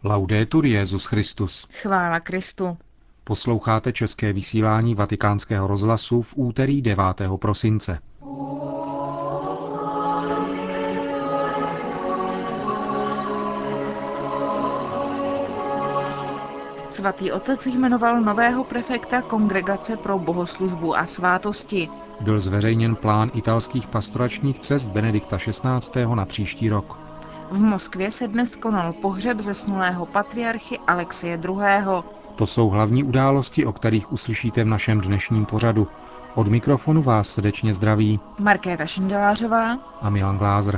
Laudetur Jesus Christus. Chvála Kristu. Posloucháte české vysílání Vatikánského rozhlasu v úterý 9. prosince. Svatý otec jmenoval nového prefekta Kongregace pro bohoslužbu a svátosti. Byl zveřejněn plán italských pastoračních cest Benedikta XVI. Na příští rok. V Moskvě se dnes konal pohřeb zesnulého patriarchy Alexeje II. To jsou hlavní události, o kterých uslyšíte v našem dnešním pořadu. Od mikrofonu vás srdečně zdraví Markéta Šindelářová a Milan Glázer.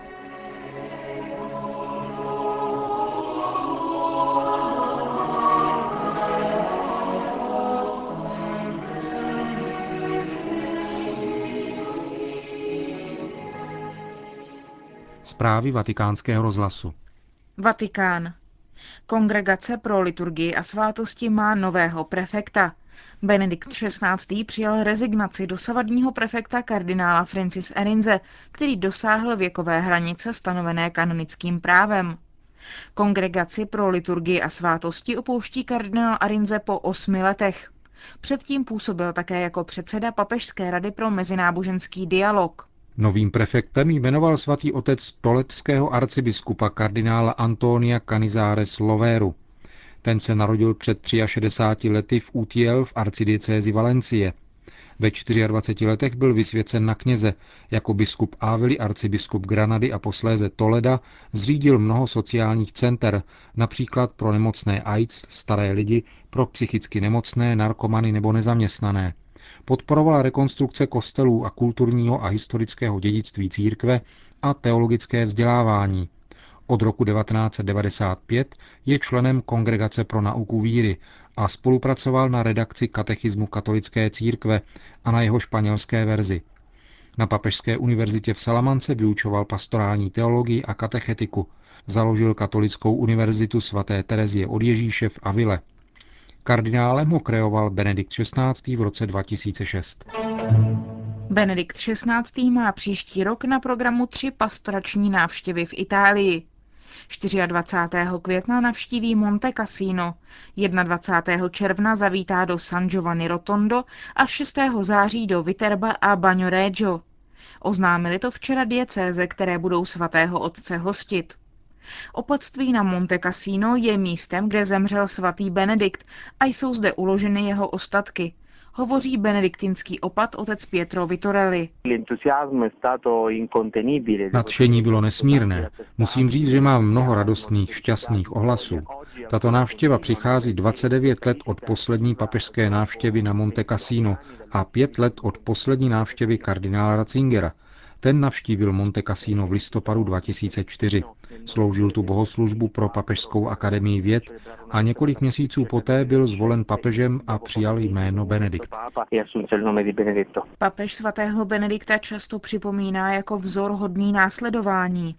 Zprávy Vatikánského rozhlasu. Vatikán. Kongregace pro liturgii a svátosti má nového prefekta. Benedikt XVI. Přijal rezignaci dosavadního prefekta kardinála Francis Arinze, který dosáhl věkové hranice stanovené kanonickým právem. Kongregaci pro liturgii a svátosti opouští kardinál Arinze po 8 letech. Předtím působil také jako předseda Papežské rady pro mezináboženský dialog. Novým prefektem jmenoval svatý otec toledského arcibiskupa kardinála Antonia Canizares Lovéru. Ten se narodil před 63 lety v Utiel v arcidiecézi Valencie. Ve 24 letech byl vysvěcen na kněze. Jako biskup Ávily, arcibiskup Granady a posléze Toleda zřídil mnoho sociálních center, například pro nemocné AIDS, staré lidi, pro psychicky nemocné, narkomany nebo nezaměstnané. Podporovala rekonstrukce kostelů a kulturního a historického dědictví církve a teologické vzdělávání. Od roku 1995 je členem Kongregace pro nauku víry a spolupracoval na redakci Katechismu katolické církve a na jeho španělské verzi. Na Papežské univerzitě v Salamance vyučoval pastorální teologii a katechetiku. Založil Katolickou univerzitu svaté Terezie od Ježíše v Avile. Kardinálem ho kreoval Benedikt XVI. V roce 2006. Benedikt XVI. Má příští rok na programu 3 pastorační návštěvy v Itálii. 24. května navštíví Monte Cassino, 21. června zavítá do San Giovanni Rotondo a 6. září do Viterba a Bagnoregio. Oznámili to včera diecéze, které budou svatého otce hostit. Opatství na Monte Cassino je místem, kde zemřel svatý Benedikt a jsou zde uloženy jeho ostatky. Hovoří benediktinský opat otec Pietro Vitorelli. Nadšení bylo nesmírné. Musím říct, že mám mnoho radostných, šťastných ohlasů. Tato návštěva přichází 29 let od poslední papežské návštěvy na Monte Cassino a 5 let od poslední návštěvy kardinála Ratzingera. Ten navštívil Monte Cassino v listopadu 2004. Sloužil tu bohoslužbu pro Papežskou akademii věd a několik měsíců poté byl zvolen papežem a přijal jméno Benedikt. Papež svatého Benedikta často připomíná jako vzor hodný následování.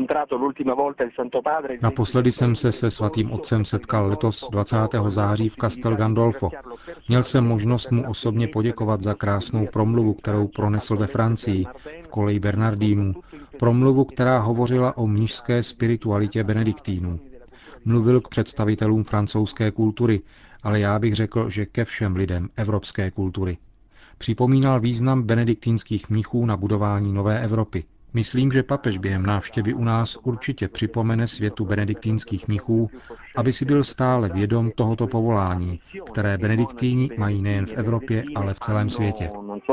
Naposledy jsem se svatým otcem setkal letos 20. září v Castel Gandolfo. Měl jsem možnost mu osobně poděkovat za krásnou promluvu, kterou pronesl ve Francii, v koleji Bernardínů. Promluvu, která hovořila o mnišské spiritualitě benediktínů. Mluvil k představitelům francouzské kultury, ale já bych řekl, že ke všem lidem evropské kultury. Připomínal význam benediktínských mnichů na budování nové Evropy. Myslím, že papež během návštěvy u nás určitě připomene světu benediktínských mnichů, aby si byl stále vědom tohoto povolání, které benediktíni mají nejen v Evropě, ale v celém světě.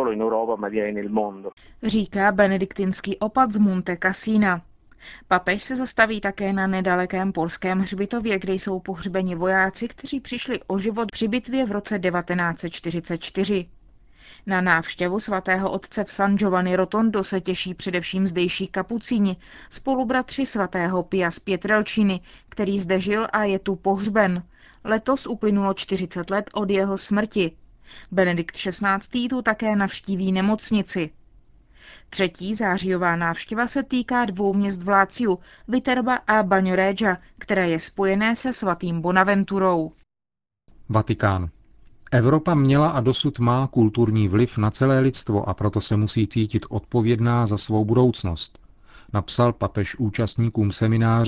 Říká benediktinský opat z Monte Cassina. Papež se zastaví také na nedalekém polském hřbitově, kde jsou pohřbeni vojáci, kteří přišli o život při bitvě v roce 1944. Na návštěvu svatého otce v San Giovanni Rotondo se těší především zdejší kapucíni, spolubratři svatého Pia z Pietrelciny, který zde žil a je tu pohřben. Letos uplynulo 40 let od jeho smrti. Benedikt XVI. Tu také navštíví nemocnici. Třetí zářijová návštěva se týká 2 měst v Láciu, Viterba a Bagnoreggia, které je spojené se svatým Bonaventurou. Vatikán. Evropa měla a dosud má kulturní vliv na celé lidstvo a proto se musí cítit odpovědná za svou budoucnost, napsal papež účastníkům semináře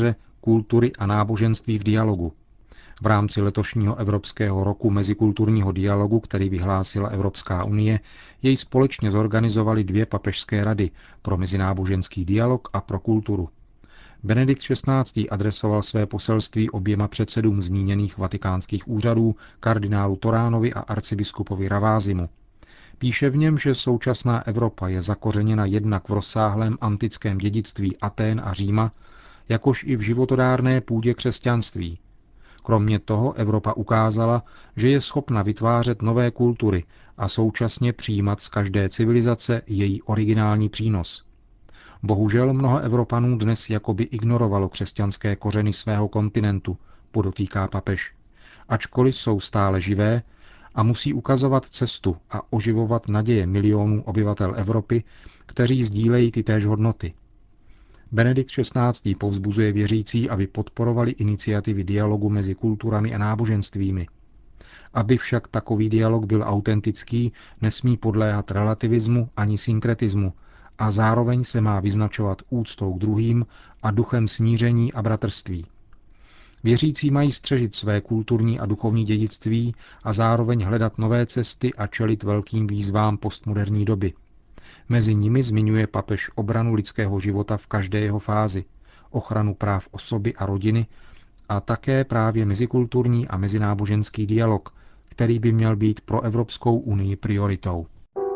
kultury a náboženství v dialogu. V rámci letošního Evropského roku mezikulturního dialogu, který vyhlásila Evropská unie, jej společně zorganizovali 2 papežské rady pro mezináboženský dialog a pro kulturu. Benedikt XVI. Adresoval své poselství oběma předsedům zmíněných vatikánských úřadů, kardinálu Toránovi a arcibiskupovi Ravázimu. Píše v něm, že současná Evropa je zakořeněna jednak v rozsáhlém antickém dědictví Atén a Říma, jakož i v životodárné půdě křesťanství. Kromě toho Evropa ukázala, že je schopna vytvářet nové kultury a současně přijímat z každé civilizace její originální přínos. Bohužel mnoho Evropanů dnes jakoby ignorovalo křesťanské kořeny svého kontinentu, podotýká papež, ačkoliv jsou stále živé a musí ukazovat cestu a oživovat naděje milionů obyvatel Evropy, kteří sdílejí tytéž hodnoty. Benedikt XVI. Povzbuzuje věřící, aby podporovali iniciativy dialogu mezi kulturami a náboženstvími. Aby však takový dialog byl autentický, nesmí podléhat relativismu ani synkretismu a zároveň se má vyznačovat úctou k druhým a duchem smíření a bratrství. Věřící mají střežit své kulturní a duchovní dědictví a zároveň hledat nové cesty a čelit velkým výzvám postmoderní doby. Mezi nimi zmiňuje papež obranu lidského života v každé jeho fázi, ochranu práv osoby a rodiny a také právě mezikulturní a mezináboženský dialog, který by měl být pro Evropskou unii prioritou.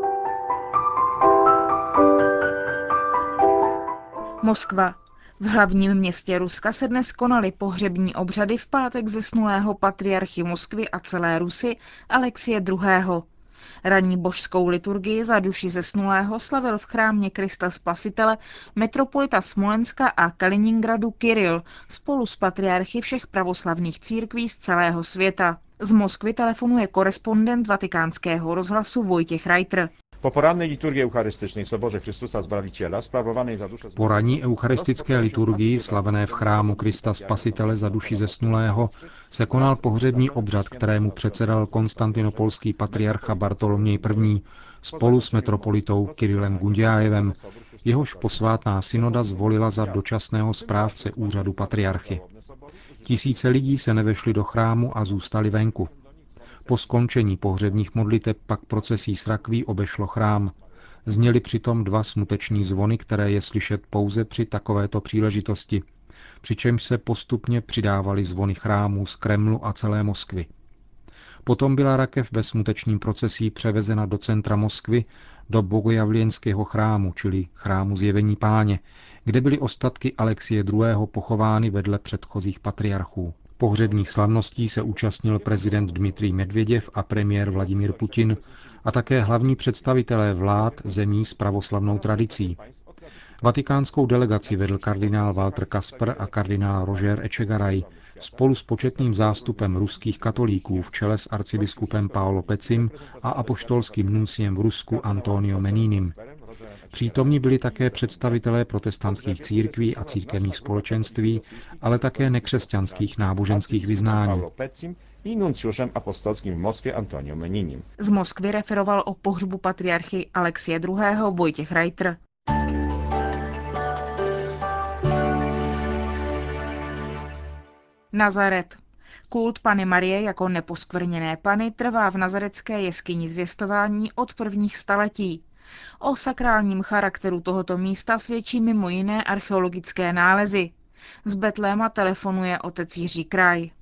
Moskva. V hlavním městě Ruska se dnes konaly pohřební obřady v pátek zesnulého patriarchy Moskvy a celé Rusy Alexie II. Ranní božskou liturgii za duši zesnulého slavil v chrámě Krista Spasitele metropolita Smolenska a Kaliningradu Kiril spolu s patriarchy všech pravoslavných církví z celého světa. Z Moskvy telefonuje korespondent Vatikánského rozhlasu Vojtěch Reiter. Po poranní liturgii eucharystycznej w Soborze Chrystusa Zbawiciela sprawowanej za duszę... Po ranní eucharistické liturgii slavené v chrámu Krista Spasitele za duši zesnulého se konal pohřební obřad, kterému předsedal konstantinopolský patriarcha Bartoloměj I. Spolu s metropolitou Kirilem Gundjájevem, jehož posvátná synoda zvolila za dočasného správce úřadu patriarchy. Tisíce lidí se nevešli do chrámu a zůstali venku. Po skončení pohřebních modliteb pak procesí s rakví obešlo chrám. Zněly přitom 2 smuteční zvony, které je slyšet pouze při takovéto příležitosti, přičemž se postupně přidávaly zvony chrámů z Kremlu a celé Moskvy. Potom byla rakev ve smutečním procesí převezena do centra Moskvy, do Bogojavljenského chrámu, čili chrámu Zjevení Páně, kde byly ostatky Alexie II. Pochovány vedle předchozích patriarchů. Pohřebních slavností se účastnil prezident Dmitrij Medvěděv a premiér Vladimír Putin a také hlavní představitelé vlád zemí s pravoslavnou tradicí. Vatikánskou delegaci vedl kardinál Walter Kasper a kardinál Roger Echegaray spolu s početným zástupem ruských katolíků v čele s arcibiskupem Paolo Pecim a apoštolským nunciem v Rusku Antonio Meninim. Přítomní byli také představitelé protestantských církví a církevních společenství, ale také nekřesťanských náboženských vyznání. Z Moskvy referoval o pohřbu patriarchy Alexie II. Vojtěch Reiter. Nazaret. Kult Panny Marie jako neposkvrněné Panny trvá v nazaretské jeskyni Zvěstování od prvních staletí. O sakrálním charakteru tohoto místa svědčí mimo jiné archeologické nálezy. Z Betléma telefonuje otec Jiří Kraj.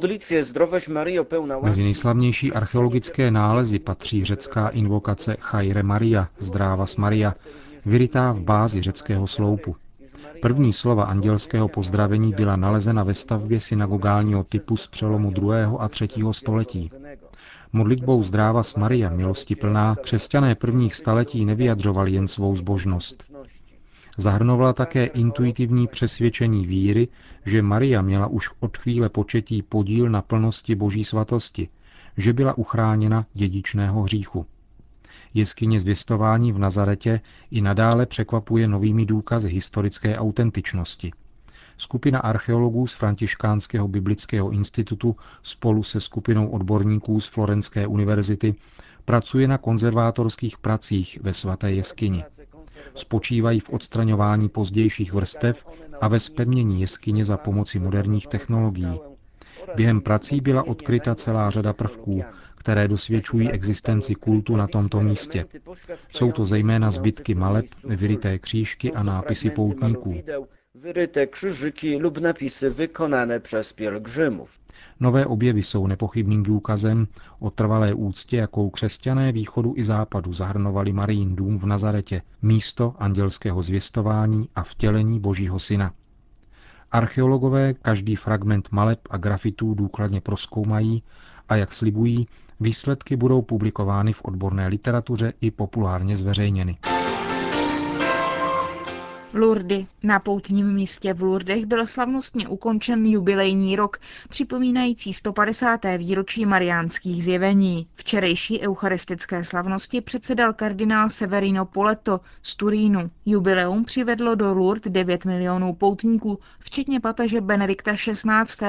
Mezi nejslavnější archeologické nálezy patří řecká invokace Chaire Maria, Zdrávas Maria, vyrytá v bázi řeckého sloupu. První slova andělského pozdravení byla nalezena ve stavbě synagogálního typu z přelomu 2. a 3. století. Modlitbou Zdrávas Maria, milosti plná, křesťané prvních staletí nevyjadřovali jen svou zbožnost. Zahrnovala také intuitivní přesvědčení víry, že Maria měla už od chvíle početí podíl na plnosti Boží svatosti, že byla uchráněna dědičného hříchu. Jeskyně Zvěstování v Nazaretě i nadále překvapuje novými důkazy historické autentičnosti. Skupina archeologů z Františkánského biblického institutu spolu se skupinou odborníků z Florenské univerzity pracuje na konzervátorských pracích ve svaté jeskyni. Spočívají v odstraňování pozdějších vrstev a ve zpevnění jeskyně za pomoci moderních technologií. Během prací byla odkryta celá řada prvků, které dosvědčují existenci kultu na tomto místě. Jsou to zejména zbytky maleb, vyryté křížky a nápisy poutníků. Wyryte krzyżyki lub napisy wykonane przez pielgrzymów. Nové objevy jsou nepochybným důkazem o trvalé úctě, jakou křesťané východu i západu zahrnovali Marijin dům v Nazaretě, místo andělského zvěstování a vtělení Božího syna. Archeologové každý fragment maleb a grafitů důkladně prozkoumají a jak slibují, výsledky budou publikovány v odborné literatuře i populárně zveřejněny. Lourdes. Na poutním místě v Lourdech byl slavnostně ukončen jubilejní rok, připomínající 150. výročí mariánských zjevení. Včerejší eucharistické slavnosti předsedal kardinál Severino Poletto z Turínu. Jubileum přivedlo do Lourdes 9 milionů poutníků, včetně papeže Benedikta XVI.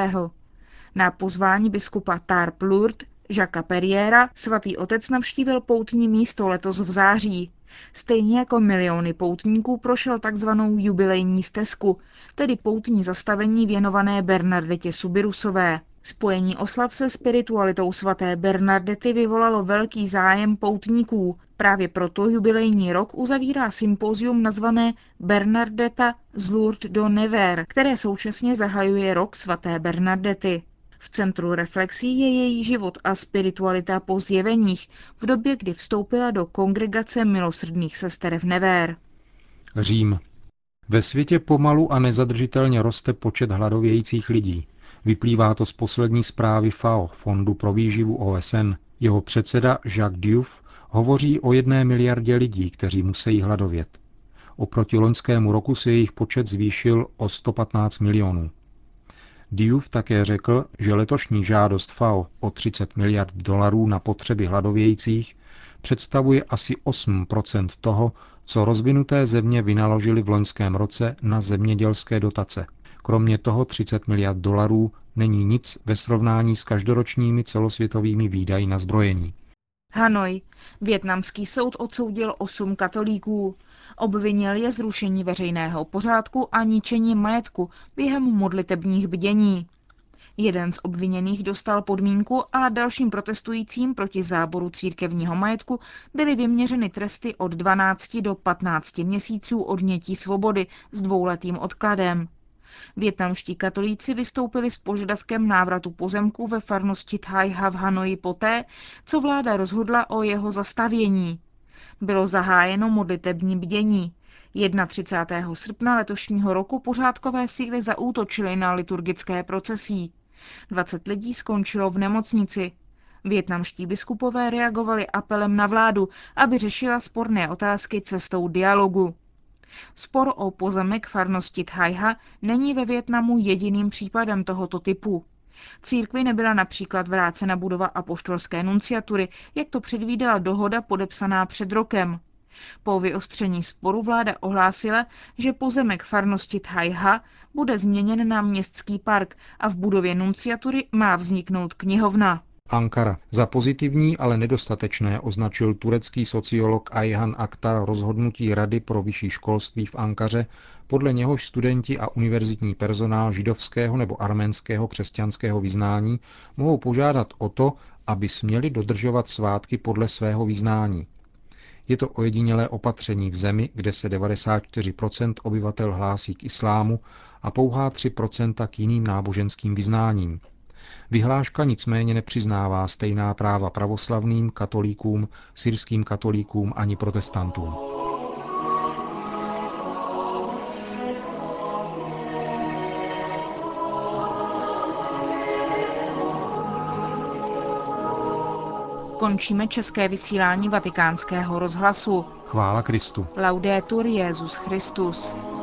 Na pozvání biskupa Tarbes Lourdes Jacques Perriera svatý otec navštívil poutní místo letos v září. Stejně jako miliony poutníků prošel takzvanou jubilejní stezku, tedy poutní zastavení věnované Bernardetě Subirusové. Spojení oslav se spiritualitou svaté Bernardety vyvolalo velký zájem poutníků. Právě proto jubilejní rok uzavírá sympózium nazvané Bernardeta z Lourdes do Nevers, které současně zahajuje rok svaté Bernardety. V centru reflexí je její život a spiritualita po zjeveních v době, kdy vstoupila do kongregace milosrdných sester v Nevers. Řím. Ve světě pomalu a nezadržitelně roste počet hladovějících lidí. Vyplývá to z poslední zprávy FAO, Fondu pro výživu OSN. Jeho předseda Jacques Diouf hovoří o 1 miliardě lidí, kteří musí hladovět. Oproti loňskému roku se jejich počet zvýšil o 115 milionů. Diouf také řekl, že letošní žádost FAO o 30 miliard dolarů na potřeby hladovějících představuje asi 8% toho, co rozvinuté země vynaložily v loňském roce na zemědělské dotace. Kromě toho 30 miliard dolarů není nic ve srovnání s každoročními celosvětovými výdaji na zbrojení. Hanoj. Vietnamský soud odsoudil 8 katolíků. Obvinil je z rušení veřejného pořádku a ničení majetku během modlitebních bdění. Jeden z obviněných dostal podmínku a dalším protestujícím proti záboru církevního majetku byly vyměřeny tresty od 12 do 15 měsíců odnětí svobody s 2letým odkladem. Vietnamští katolíci vystoupili s požadavkem návratu pozemku ve farnosti Thai Ha v Hanoji poté, co vláda rozhodla o jeho zastavění. Bylo zahájeno modlitební bdění. 31. srpna letošního roku pořádkové síly zaútočily na liturgické procesí. 20 lidí skončilo v nemocnici. Vietnamští biskupové reagovali apelem na vládu, aby řešila sporné otázky cestou dialogu. Spor o pozemek farnosti Thai Ha není ve Vietnamu jediným případem tohoto typu. Církvi nebyla například vrácena budova apoštolské nunciatury, jak to předvídala dohoda podepsaná před rokem. Po vyostření sporu vláda ohlásila, že pozemek farnosti Thai Ha bude změněn na městský park a v budově nunciatury má vzniknout knihovna. Ankara. Za pozitivní, ale nedostatečné označil turecký sociolog Ayhan Aktar rozhodnutí Rady pro vyšší školství v Ankaře, podle něhož studenti a univerzitní personál židovského nebo arménského křesťanského vyznání mohou požádat o to, aby směli dodržovat svátky podle svého vyznání. Je to ojedinělé opatření v zemi, kde se 94% obyvatel hlásí k islámu a pouhá 3% k jiným náboženským vyznáním. Vyhláška nicméně nepřiznává stejná práva pravoslavným, katolíkům, syrským katolíkům ani protestantům. Končíme české vysílání Vatikánského rozhlasu. Chvála Kristu. Laudetur Jesus Christus.